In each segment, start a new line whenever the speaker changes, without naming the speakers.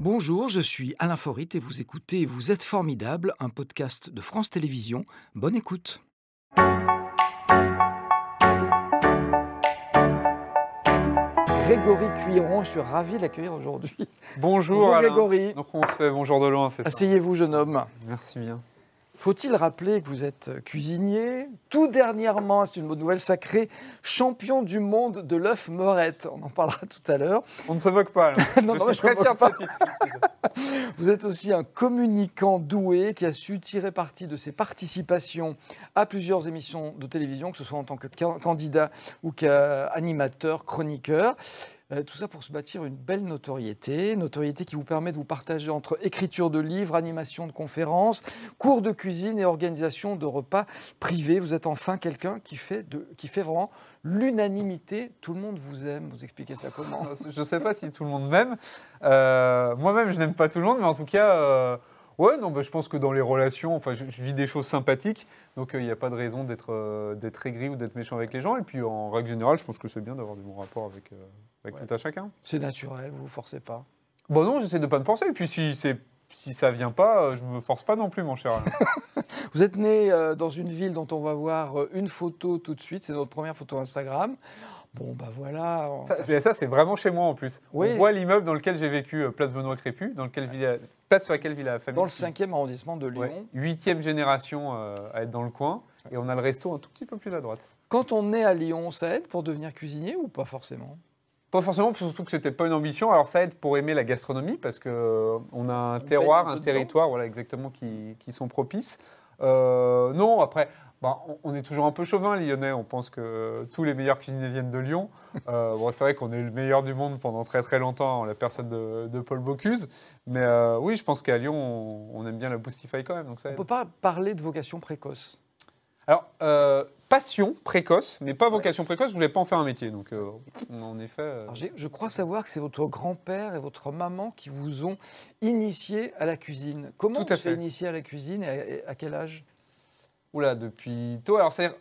Bonjour, je suis Alain Forit et vous écoutez Vous êtes formidable, un podcast de France Télévisions. Bonne écoute. Grégory Cuiron, je suis ravi de l'accueillir aujourd'hui.
Bonjour Alain.
Grégory.
Donc on se fait bonjour de loin, c'est ça?
Asseyez-vous, jeune homme.
Merci bien.
Faut-il rappeler que vous êtes cuisinier? Tout dernièrement, c'est une bonne nouvelle, sacré champion du monde de l'œuf Meurette. On en parlera tout à l'heure.
On ne se moque pas, Alain.
Non,
je suis très fier de ce titre.
Vous êtes aussi un communicant doué qui a su tirer parti de ses participations à plusieurs émissions de télévision, que ce soit en tant que candidat ou qu'animateur, chroniqueur. Tout ça pour se bâtir une belle notoriété qui vous permet de vous partager entre écriture de livres, animation de conférences, cours de cuisine et organisation de repas privés. Vous êtes enfin quelqu'un qui fait vraiment l'unanimité. Tout le monde vous aime. Vous expliquez ça comment?
Je ne sais pas si tout le monde m'aime. Moi-même, je n'aime pas tout le monde, mais en tout cas... je pense que dans les relations, je vis des choses sympathiques, donc il n'y a pas de raison d'être aigri ou d'être méchant avec les gens. Et puis en règle générale, je pense que c'est bien d'avoir de bons rapports avec tout un chacun.
C'est naturel, vous ne vous forcez pas?
Bon non, j'essaie de ne pas me forcer. Et puis si ça ne vient pas, je ne me force pas non plus, mon cher Alain.
Vous êtes né dans une ville dont on va voir une photo tout de suite. C'est notre première photo Instagram. Bon, bah voilà.
Ça, c'est vraiment chez moi en plus.
Oui.
On voit l'immeuble dans lequel j'ai vécu, place Benoît Crépu, place sur laquelle vit la famille.
Dans le 5e arrondissement de Lyon.
8e génération à être dans le coin. Et on a le resto un tout petit peu plus à droite.
Quand on est à Lyon, ça aide pour devenir cuisinier ou pas forcément?
Pas forcément, surtout que c'était pas une ambition. Alors ça aide pour aimer la gastronomie parce qu'on a un terroir, un territoire, voilà exactement qui sont propices. Non, après. On est toujours un peu chauvin, lyonnais. On pense que tous les meilleurs cuisiniers viennent de Lyon. C'est vrai qu'on est le meilleur du monde pendant très très longtemps, en la personne de Paul Bocuse. Mais oui, je pense qu'à Lyon, on aime bien la Boostify quand même. Donc ça
on
aide.
ne peut pas parler de vocation précoce.
Alors, passion précoce, mais pas vocation précoce. Je voulais pas en faire un métier. Donc, en effet.
Alors, je crois savoir que c'est votre grand-père et votre maman qui vous ont initié à la cuisine. Comment on se fait initier à la cuisine et à quel âge?
Oula, depuis tôt. Alors, c'est-à-dire,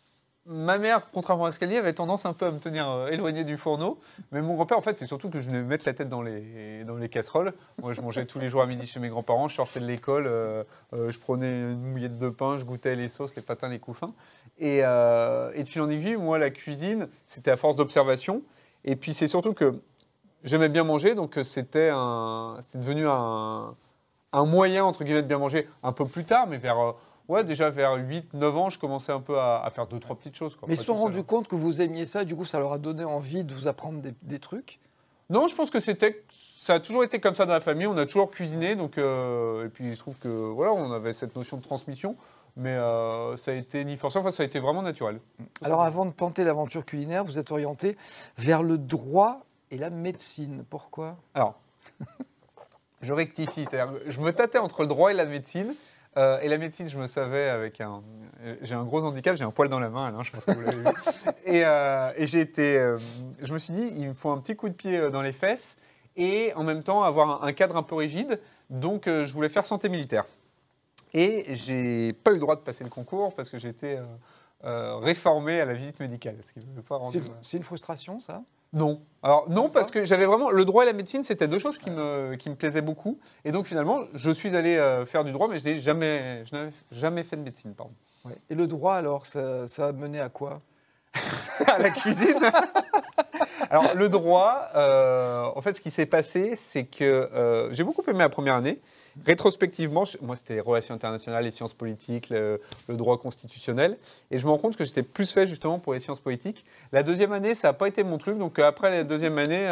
ma mère, contrairement à ce qu'elle dit, avait tendance un peu à me tenir éloigné du fourneau. Mais mon grand-père, en fait, c'est surtout que je venais me mettre la tête dans les casseroles. Moi, je mangeais tous les jours à midi chez mes grands-parents. Je sortais de l'école, je prenais une mouillette de pain, je goûtais les sauces, les patins, les couffins. Et de fil en aiguille, moi, la cuisine, c'était à force d'observation. Et puis, c'est surtout que j'aimais bien manger, donc c'était devenu un moyen, entre guillemets, de bien manger un peu plus tard, mais déjà vers 8-9 ans, je commençais un peu à faire 2-3 petites choses.
Mais ils se sont rendus compte que vous aimiez ça, et du coup, ça leur a donné envie de vous apprendre des trucs?
Non, je pense que ça a toujours été comme ça dans la famille. On a toujours cuisiné, donc et puis il se trouve que voilà, on avait cette notion de transmission, mais ça a été ni forcé, ça a été vraiment naturel.
Alors, avant de tenter l'aventure culinaire, vous êtes orienté vers le droit et la médecine. Pourquoi?
Alors, je rectifie, c'est-à-dire je me tâtais entre le droit et la médecine. Et la médecine, je me savais j'ai un gros handicap, j'ai un poil dans la main, Alain, je pense que vous l'avez vu. Et je me suis dit, il me faut un petit coup de pied dans les fesses et en même temps avoir un cadre un peu rigide. Donc, je voulais faire santé militaire. Et j'ai pas eu le droit de passer le concours parce que j'étais réformé à la visite médicale. Ce qui me pas rendu...
C'est une frustration, ça?
Non. Alors non, parce que j'avais vraiment... Le droit et la médecine, c'était deux choses qui me plaisaient beaucoup. Et donc finalement, je suis allé faire du droit, mais je n'avais jamais fait de médecine, pardon.
Ouais. Et le droit, alors, ça a mené à quoi?
À la cuisine. Alors le droit, en fait, ce qui s'est passé, c'est que j'ai beaucoup aimé la première année. Rétrospectivement, moi, c'était les relations internationales, les sciences politiques, le droit constitutionnel. Et je me rends compte que j'étais plus fait justement pour les sciences politiques. La deuxième année, ça n'a pas été mon truc. Donc après la deuxième année,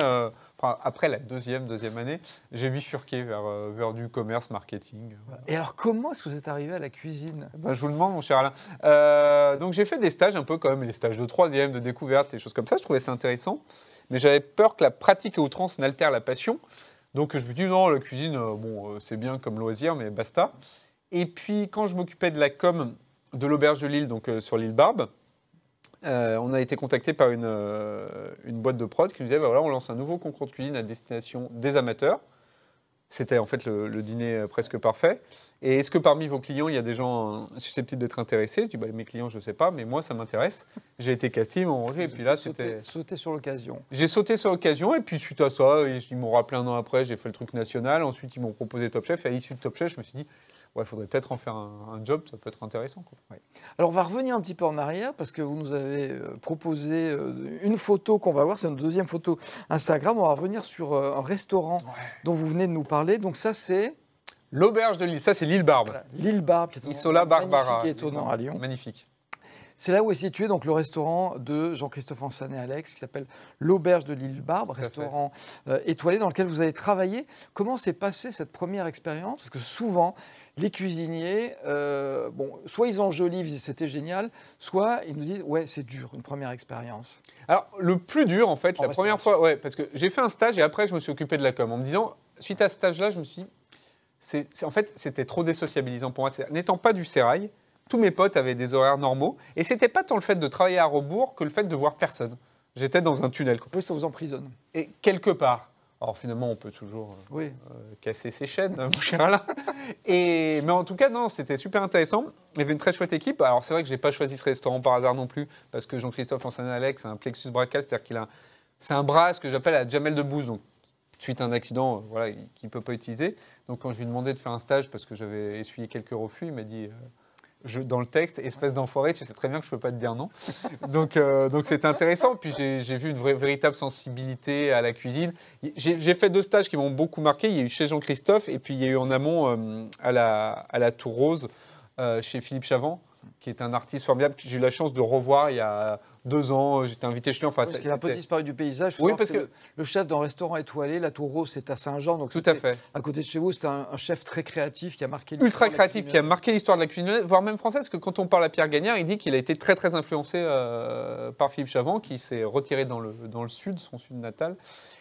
j'ai bifurqué vers du commerce, marketing. Voilà.
Et alors, comment est-ce que vous êtes arrivé à la cuisine?
Je vous le demande, mon cher Alain. Donc j'ai fait des stages un peu comme les stages de troisième, de découverte, des choses comme ça. Je trouvais ça intéressant. Mais j'avais peur que la pratique à outrance n'altère la passion. Donc je me dis non, la cuisine, c'est bien comme loisir, mais basta. Et puis quand je m'occupais de la com de l'Auberge de Lille, donc sur l'île Barbe, on a été contacté par une boîte de prod qui nous disait, voilà, on lance un nouveau concours de cuisine à destination des amateurs. C'était en fait le dîner presque parfait. Et est-ce que parmi vos clients, il y a des gens susceptibles d'être intéressés? Je dis, mes clients, je ne sais pas, mais moi, ça m'intéresse. J'ai été casté, ils m'ont rangé, et puis là, c'était...
Sauté sur l'occasion.
J'ai sauté sur l'occasion, et puis suite à ça, ils m'ont rappelé un an après, j'ai fait le truc national. Ensuite, ils m'ont proposé Top Chef. Et à l'issue de Top Chef, je me suis dit, il faudrait peut-être en faire un job, ça peut être intéressant. Quoi.
Ouais. Alors, on va revenir un petit peu en arrière, parce que vous nous avez proposé une photo qu'on va voir, c'est notre deuxième photo Instagram. On va revenir sur un restaurant dont vous venez de nous parler. Donc ça, c'est...
L'auberge de Lille, ça c'est l'île Barbe.
Voilà, l'île Barbe, qui est
Isola Barbara.
Magnifique et étonnant à Lyon.
Magnifique.
C'est là où est situé donc, le restaurant de Jean-Christophe Ansané Alex, qui s'appelle l'Auberge de l'Île Barbe, restaurant étoilé dans lequel vous avez travaillé. Comment s'est passée cette première expérience? Parce que souvent, les cuisiniers, soit ils enjolivent, ils disent c'était génial, soit ils nous disent ouais, c'est dur, une première expérience.
Alors, le plus dur, en fait, la première fois, parce que j'ai fait un stage et après, je me suis occupé de la com en me disant, suite à ce stage-là, je me suis dit, en fait, c'était trop désociabilisant pour moi. N'étant pas du sérail, tous mes potes avaient des horaires normaux. Et c'était pas tant le fait de travailler à rebours que le fait de voir personne. J'étais dans un tunnel.
Oui, ça vous emprisonne.
Et quelque part. Alors finalement, on peut toujours casser ses chaînes, mon cher Alain. Mais en tout cas, non, c'était super intéressant. Il y avait une très chouette équipe. Alors c'est vrai que je n'ai pas choisi ce restaurant par hasard non plus, parce que Jean-Christophe Ansané Alex a un plexus brachial, c'est-à-dire c'est un bras, ce que j'appelle la Jamel Debbouze. Donc, suite à un accident qu'il ne peut pas utiliser. Donc quand je lui ai demandé de faire un stage, parce que j'avais essuyé quelques refus, il m'a dit, dans le texte, espèce d'enfoiré, tu sais très bien que je ne peux pas te dire non. Donc c'était intéressant. Puis j'ai vu une véritable sensibilité à la cuisine. J'ai fait 2 stages qui m'ont beaucoup marqué. Il y a eu chez Jean-Christophe, et puis il y a eu en amont à la Tour Rose, chez Philippe Chavant, qui est un artiste formidable que j'ai eu la chance de revoir il y a 2 ans. J'étais invité chez lui. Enfin,
parce qu'il a un peu disparu du paysage.
Oui, parce que
le chef d'un restaurant étoilé, la Tour Rose, c'est à Saint-Jean. Donc
tout à fait.
À côté de chez vous, c'est un chef très créatif qui a marqué
l'histoire. Ultra créatif, qui a marqué l'histoire de la cuisine, voire même française. Parce que quand on parle à Pierre Gagnard, il dit qu'il a été très très influencé par Philippe Chavant, qui s'est retiré dans le sud, son sud natal.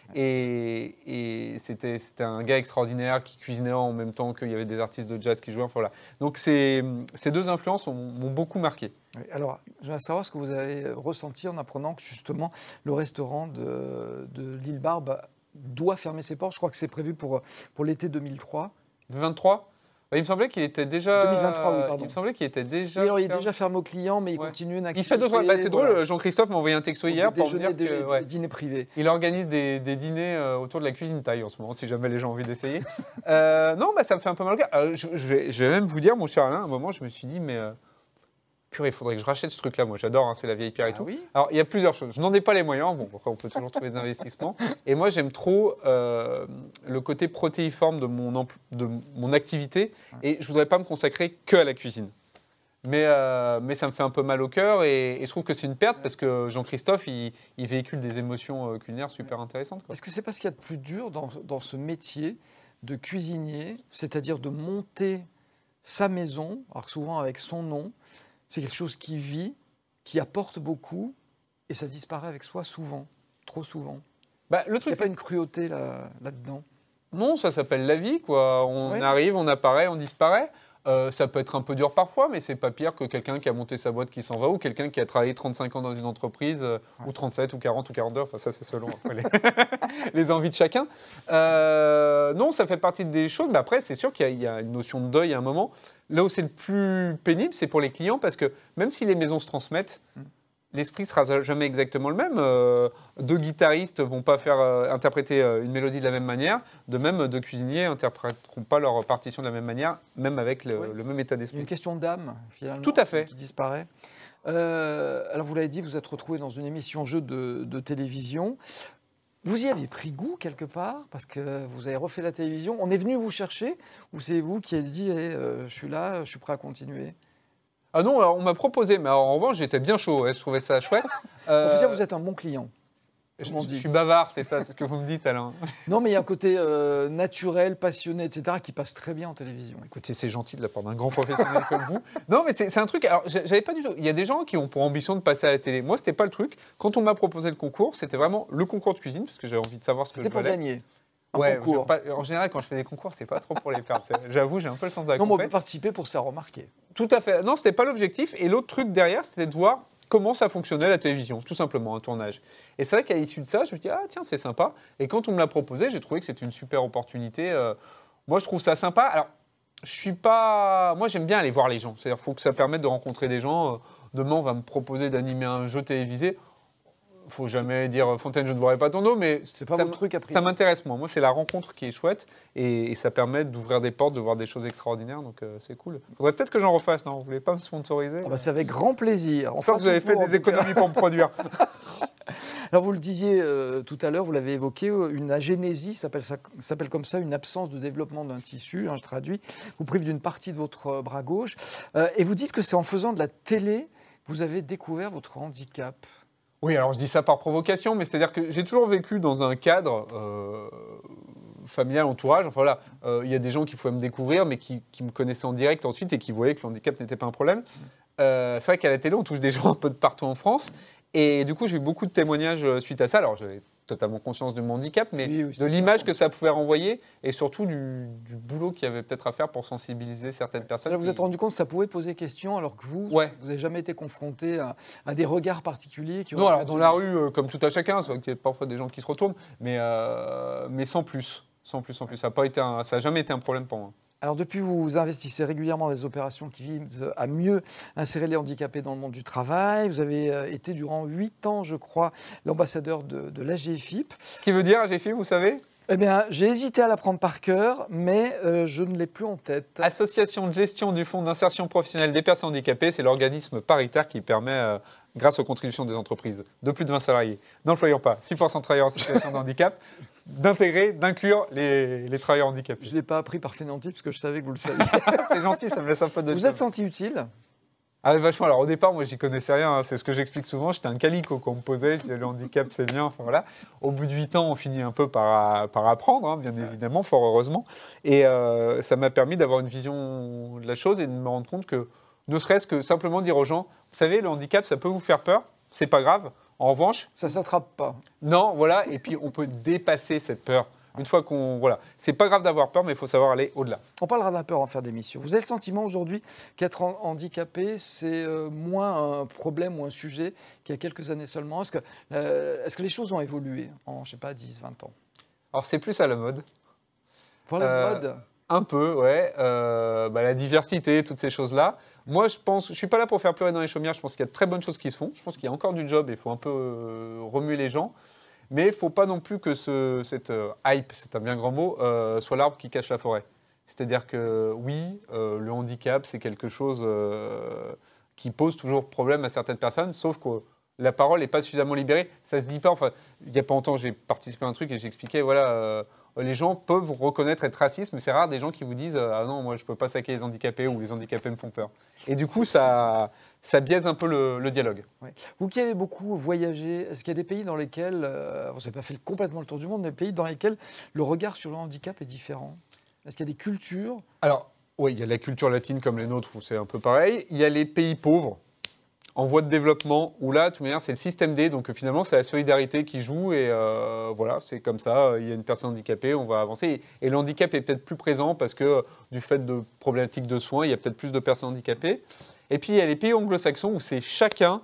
Et c'était un gars extraordinaire qui cuisinait en même temps qu'il y avait des artistes de jazz qui jouaient. Enfin, voilà. Donc ces 2 influences m'ont beaucoup marqué.
Oui, alors, je voudrais savoir ce que vous avez ressenti en apprenant que justement le restaurant de l'Île Barbe doit fermer ses portes. Je crois que c'est prévu pour l'été 2003.
2023 ? Il me semblait qu'il était déjà.
2023, oui, pardon.
Il me semblait qu'il était déjà.
Oui, alors, il est déjà fermé aux clients, mais il continue une activité.
Il fait 2 fois. C'est drôle, Jean-Christophe m'a envoyé un texto hier pour dire
des dîners privés.
Il organise des dîners autour de la cuisine thaï en ce moment, si jamais les gens ont envie d'essayer. Non, ça me fait un peu mal au cœur. Je vais même vous dire, mon cher Alain, à un moment, je me suis dit, mais. Purée, il faudrait que je rachète ce truc-là. Moi, j'adore, c'est la vieille pierre et tout.
Oui.
Alors, il y a plusieurs choses. Je n'en ai pas les moyens. Bon, après, on peut toujours trouver des investissements. Et moi, j'aime trop le côté protéiforme de mon activité. Et je ne voudrais pas me consacrer que à la cuisine. Mais ça me fait un peu mal au cœur. Et je trouve que c'est une perte parce que Jean-Christophe, il véhicule des émotions culinaires super intéressantes.
Est-ce que ce n'est pas ce qu'il y a de plus dur dans ce métier de cuisinier, c'est-à-dire de monter sa maison, alors souvent avec son nom? C'est quelque chose qui vit, qui apporte beaucoup, et ça disparaît avec soi souvent, trop souvent.
Le truc,
il n'y a pas une cruauté là-dedans?
Non, ça s'appelle la vie, quoi. On arrive, on apparaît, on disparaît. Ça peut être un peu dur parfois, mais c'est pas pire que quelqu'un qui a monté sa boîte qui s'en va, ou quelqu'un qui a travaillé 35 ans dans une entreprise, ou 37, ou 40, ou 42, enfin ça c'est selon après les envies de chacun. Non, ça fait partie des choses, mais après c'est sûr qu'il y a une notion de deuil à un moment. Là où c'est le plus pénible, c'est pour les clients, parce que même si les maisons se transmettent, l'esprit ne sera jamais exactement le même. 2 guitaristes ne vont pas faire interpréter une mélodie de la même manière. De même, 2 cuisiniers n'interpréteront pas leur partition de la même manière, même avec le même état d'esprit.
Il y a une question d'âme, finalement,
tout à fait,
qui disparaît. Alors, vous l'avez dit, vous êtes retrouvé dans une émission jeu de télévision. Vous y avez pris goût quelque part, parce que vous avez refait la télévision. On est venu vous chercher, ou c'est vous qui avez dit je suis là, je suis prêt à continuer?
Ah non, alors on m'a proposé, mais en revanche, j'étais bien chaud, je trouvais ça chouette.
Vous êtes un bon client.
Je suis bavard, c'est ça, c'est ce que vous me dites, Alain.
Non, mais il y a un côté naturel, passionné, etc., qui passe très bien en télévision.
Écoutez, c'est gentil de la part d'un grand professionnel comme vous. Non, mais c'est un truc, alors j'avais pas du tout. Il y a des gens qui ont pour ambition de passer à la télé. Moi, c'était pas le truc. Quand on m'a proposé le concours, c'était vraiment le concours de cuisine, parce que j'avais envie de savoir ce que je valais.
C'était pour gagner.
Concours. En général, quand je fais des concours, c'est pas trop pour les perdre. J'avoue, j'ai un peu le sens de la
compète. Non, mais on peut participer pour se faire remarquer.
Tout à fait. Non, c'était pas l'objectif. Et l'autre truc derrière, c'était de voir comment ça fonctionnait la télévision, tout simplement, un tournage. Et c'est vrai qu'à l'issue de ça, je me dis, ah tiens, c'est sympa. Et quand on me l'a proposé, j'ai trouvé que c'était une super opportunité. Moi, je trouve ça sympa. Alors, je suis pas... Moi, j'aime bien aller voir les gens. C'est-à-dire qu'il faut que ça permette de rencontrer des gens. Demain, on va me proposer d'animer un jeu télévisé. Faut jamais dire Fontaine, je ne boirai pas ton eau, mais
c'est pas votre truc après.
Ça m'intéresse moi. Moi, c'est la rencontre qui est chouette et ça permet d'ouvrir des portes, de voir des choses extraordinaires. Donc c'est cool. Faudrait peut-être que j'en refasse. Non, vous voulez pas me sponsoriser?
C'est avec grand plaisir.
J'espère que vous avez fait des économies pour me produire.
Alors vous le disiez tout à l'heure, vous l'avez évoqué, une agénésie, s'appelle comme ça, une absence de développement d'un tissu, je traduis, vous prive d'une partie de votre bras gauche. Et vous dites que c'est en faisant de la télé que vous avez découvert votre handicap.
Oui, alors je dis ça par provocation, mais c'est-à-dire que j'ai toujours vécu dans un cadre familial, entourage. Enfin voilà, il y a des gens qui pouvaient me découvrir, mais qui me connaissaient en direct ensuite et qui voyaient que le handicap n'était pas un problème. C'est vrai qu'à la télé, on touche des gens un peu de partout en France. Et du coup, j'ai eu beaucoup de témoignages suite à ça. Alors, j'avais totalement conscience de mon handicap, mais de l'image que ça pouvait renvoyer et surtout du boulot qu'il y avait peut-être à faire pour sensibiliser certaines personnes.
Là, vous vous êtes rendu compte que ça pouvait poser question alors que vous n'avez jamais été confronté à des regards particuliers qui
Non, alors dans la rue, comme tout à chacun, c'est vrai qu'il y a parfois des gens qui se retournent, mais sans plus. Sans plus. Ça n'a jamais été un problème pour moi.
Alors depuis, vous investissez régulièrement dans des opérations qui visent à mieux insérer les handicapés dans le monde du travail. Vous avez été durant 8 ans, je crois, l'ambassadeur de l'AGFIP.
Ce qui veut dire AGFIP, vous savez ?
Eh bien, j'ai hésité à l'apprendre par cœur, mais je ne l'ai plus en tête.
Association de gestion du Fonds d'insertion professionnelle des personnes handicapées, c'est l'organisme paritaire qui permet, grâce aux contributions des entreprises de plus de 20 salariés, n'employant pas 6% de travailleurs en situation de handicap, d'inclure les travailleurs handicapés.
Je ne l'ai pas appris par fainéantise parce que je savais que vous le saviez.
C'est gentil, ça me laisse un peu de...
Vous êtes senti utile ?
Ah, vachement. Alors au départ, moi, j'y connaissais rien. Hein. C'est ce que j'explique souvent. J'étais un calico qu'on me posait. Je disais, le handicap, c'est bien. Enfin voilà. Au bout de 8 ans, on finit un peu par apprendre, hein, bien évidemment, fort heureusement. Et ça m'a permis d'avoir une vision de la chose et de me rendre compte que, ne serait-ce que simplement dire aux gens, vous savez, le handicap, ça peut vous faire peur. C'est pas grave. En revanche,
ça s'attrape pas.
Non, voilà. Et puis on peut dépasser cette peur. Une fois c'est pas grave d'avoir peur, mais il faut savoir aller au-delà.
On parlera de la peur en fin d'émission. Vous avez le sentiment aujourd'hui qu'être handicapé, c'est moins un problème ou un sujet qu'il y a quelques années seulement ? Est-ce que les choses ont évolué en, 10, 20 ans ?
Alors c'est plus à la mode.
Pour la mode ?
Un peu, ouais. La diversité, toutes ces choses-là. Moi, je suis pas là pour faire pleurer dans les chaumières. Je pense qu'il y a de très bonnes choses qui se font. Je pense qu'il y a encore du job et il faut un peu remuer les gens. Mais il ne faut pas non plus que cette hype, c'est un bien grand mot, soit l'arbre qui cache la forêt. C'est-à-dire que oui, le handicap, c'est quelque chose qui pose toujours problème à certaines personnes, sauf que la parole n'est pas suffisamment libérée. Ça ne se dit pas. Enfin, il n'y a pas longtemps, j'ai participé à un truc et j'expliquais, les gens peuvent reconnaître être racistes, mais c'est rare des gens qui vous disent ah non, moi je ne peux pas saquer les handicapés ou les handicapés me font peur. Et du coup, ça biaise un peu le dialogue.
Ouais. Vous qui avez beaucoup voyagé, est-ce qu'il y a des pays dans lesquels, vous n'avez pas fait complètement le tour du monde, mais des pays dans lesquels le regard sur le handicap est différent ? Est-ce qu'il y a des cultures ?
Alors, oui, il y a la culture latine comme les nôtres où c'est un peu pareil. Il y a les pays pauvres, en voie de développement, où là, de toute manière, c'est le système D, donc finalement, c'est la solidarité qui joue, et c'est comme ça, il y a une personne handicapée, on va avancer. Et le handicap est peut-être plus présent parce que du fait de problématiques de soins, il y a peut-être plus de personnes handicapées. Et puis, il y a les pays anglo-saxons où c'est chacun...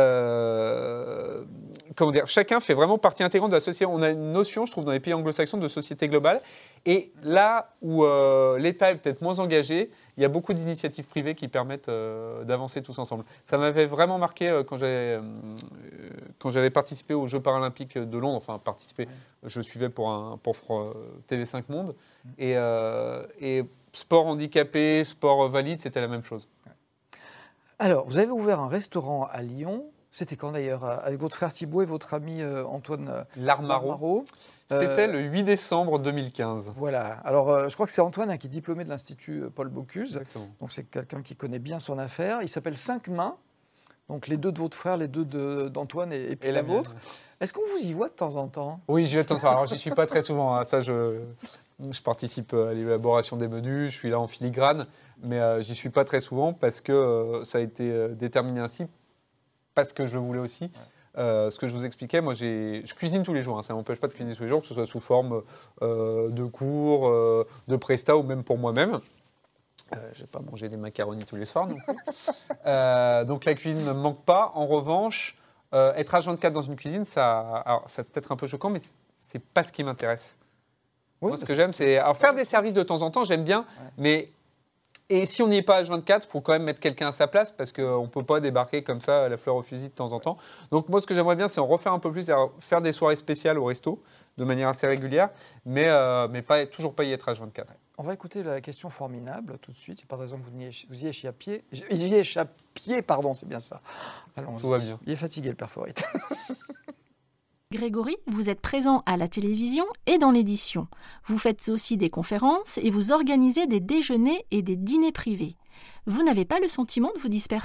chacun fait vraiment partie intégrante de la société. On a une notion, je trouve, dans les pays anglo-saxons de société globale. Et là où l'État est peut-être moins engagé, il y a beaucoup d'initiatives privées qui permettent d'avancer tous ensemble. Ça m'avait vraiment marqué quand j'avais participé aux Jeux paralympiques de Londres. Enfin, je suivais pour TV5 Monde. Et sport handicapé, sport valide, c'était la même chose.
Alors, vous avez ouvert un restaurant à Lyon. C'était quand d'ailleurs ? Avec votre frère Thibault et votre ami Antoine Larmaro.
C'était le 8 décembre 2015.
Voilà. Alors, je crois que c'est Antoine qui est diplômé de l'Institut Paul Bocuse.
Exactement.
Donc, c'est quelqu'un qui connaît bien son affaire. Il s'appelle 5 Mains. Donc, les deux de votre frère, les deux d'Antoine et puis la vôtre. Est-ce qu'on vous y voit de temps en temps ?
Oui, j'y vais de temps en temps. Alors, j'y suis pas très souvent. Hein. Ça, je participe à l'élaboration des menus. Je suis là en filigrane. Mais j'y suis pas très souvent parce que ça a été déterminé ainsi. Parce que je le voulais aussi. Ce que je vous expliquais, moi, je cuisine tous les jours. Hein, ça ne m'empêche pas de cuisiner tous les jours, que ce soit sous forme de cours, de prestat ou même pour moi-même. Je vais pas manger des macaronis tous les soirs non plus. Donc la cuisine ne me manque pas. En revanche, être H24 dans une cuisine, alors, c'est peut-être un peu choquant, mais c'est pas ce qui m'intéresse.
Oui,
Moi, ce que j'aime, c'est alors, faire des services de temps en temps, j'aime bien, mais et si on n'y est pas H24, il faut quand même mettre quelqu'un à sa place parce qu'on ne peut pas débarquer comme ça à la fleur au fusil de temps en temps. Donc moi, ce que j'aimerais bien, c'est en refaire un peu plus, faire des soirées spéciales au resto de manière assez régulière, mais toujours pas y être H24.
On va écouter la question formidable tout de suite. Il n'y a pas de raison que vous y échappiez. Pardon, c'est bien ça. Allons-y.
Tout va bien.
Il est fatigué, le père Fourit.
Grégory, vous êtes présent à la télévision et dans l'édition. Vous faites aussi des conférences et vous organisez des déjeuners et des dîners privés. Vous n'avez pas le sentiment de vous disperser ?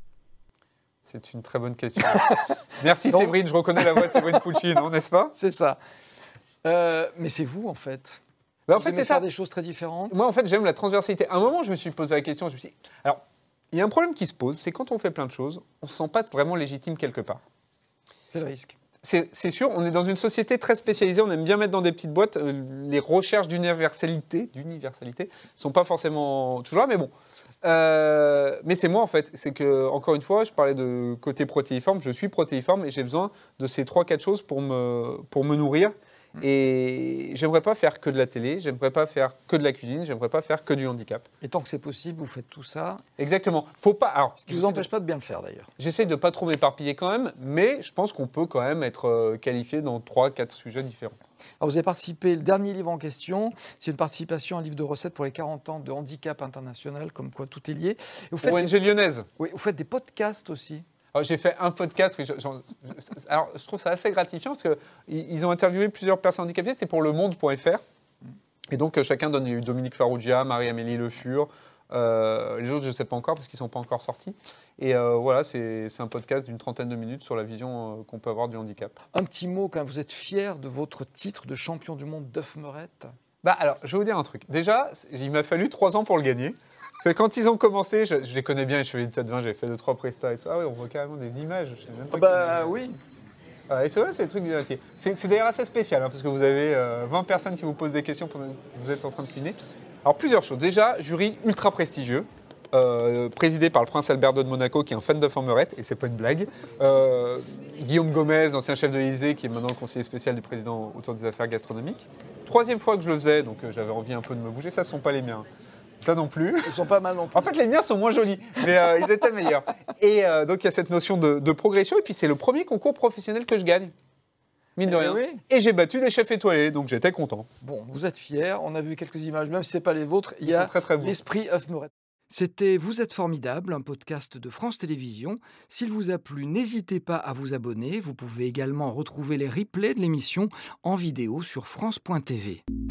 C'est une très bonne question. Merci Séverine, je reconnais la voix de Séverine Puccino, n'est-ce pas ?
C'est ça. Mais c'est vous, en fait.
En
vous
fait,
aimez
c'est
faire
ça.
des choses très différentes.
Moi, en fait, j'aime la transversalité. À un moment, je me suis posé la question, je me suis dit, alors, il y a un problème qui se pose, c'est quand on fait plein de choses, on ne se sent pas vraiment légitime quelque part.
C'est le risque.
C'est sûr, on est dans une société très spécialisée, on aime bien mettre dans des petites boîtes. Les recherches d'universalité ne sont pas forcément toujours là, mais bon. Mais c'est moi, en fait. C'est que, encore une fois, je parlais de côté protéiforme, je suis protéiforme et j'ai besoin de ces 3-4 choses pour me nourrir. Et j'aimerais pas faire que de la télé, j'aimerais pas faire que de la cuisine, j'aimerais pas faire que du handicap.
Et tant que c'est possible, vous faites tout ça.
Exactement. Faut pas. Alors,
Ce qui ne vous empêche pas de bien le faire, d'ailleurs.
J'essaie de pas trop m'éparpiller quand même, mais je pense qu'on peut quand même être qualifié dans 3-4 sujets différents.
Alors, vous avez participé, le dernier livre en question, c'est une participation à un livre de recettes pour les 40 ans de handicap international, comme quoi tout est lié. Et vous faites
ONG lyonnaise.
Oui, vous faites des podcasts aussi.
Alors, j'ai fait un podcast, alors je trouve ça assez gratifiant parce qu'ils ont interviewé plusieurs personnes handicapées, c'est pour lemonde.fr. Et donc chacun donne, il y a eu Dominique Farrugia, Marie-Amélie Le Fur, les autres je ne sais pas encore parce qu'ils ne sont pas encore sortis. Et voilà, c'est un podcast d'une 30aine de minutes sur la vision qu'on peut avoir du handicap.
Un petit mot, quand vous êtes fier de votre titre de champion du monde d'œuf meurette.
Alors, je vais vous dire un truc. Déjà, il m'a fallu 3 ans pour le gagner. Parce que quand ils ont commencé, je les connais bien, les Chevaliers de Tête 20, j'ai fait 2-3 prestats et tout. Ah oui, on voit carrément des images. Je sais même pas
Oui.
Et c'est vrai, c'est des trucs du métier. C'est d'ailleurs assez spécial, parce que vous avez 20 personnes qui vous posent des questions pendant que vous êtes en train de cuisiner. Alors, plusieurs choses. Déjà, jury ultra prestigieux, présidé par le prince Albert II de Monaco, qui est un fan d'œuf en meurette, et c'est pas une blague. Guillaume Gomez, ancien chef de l'Élysée, qui est maintenant le conseiller spécial du président autour des affaires gastronomiques. 3e fois que je le faisais, donc j'avais envie un peu de me bouger. Ça, ce ne sont pas les miens. Ça non plus.
Ils sont pas mal non plus.
En fait, les miens sont moins jolis, mais ils étaient meilleurs. Et donc, il y a cette notion de progression. Et puis, c'est le premier concours professionnel que je gagne. Mine de rien.
Oui.
Et j'ai battu des chefs étoilés, donc j'étais content.
Bon, vous êtes fiers. On a vu quelques images, même si ce n'est pas les vôtres. Il y a
très, très beaux.
l'esprit œuf meurette. C'était Vous êtes formidable, un podcast de France Télévisions. S'il vous a plu, n'hésitez pas à vous abonner. Vous pouvez également retrouver les replays de l'émission en vidéo sur France.tv.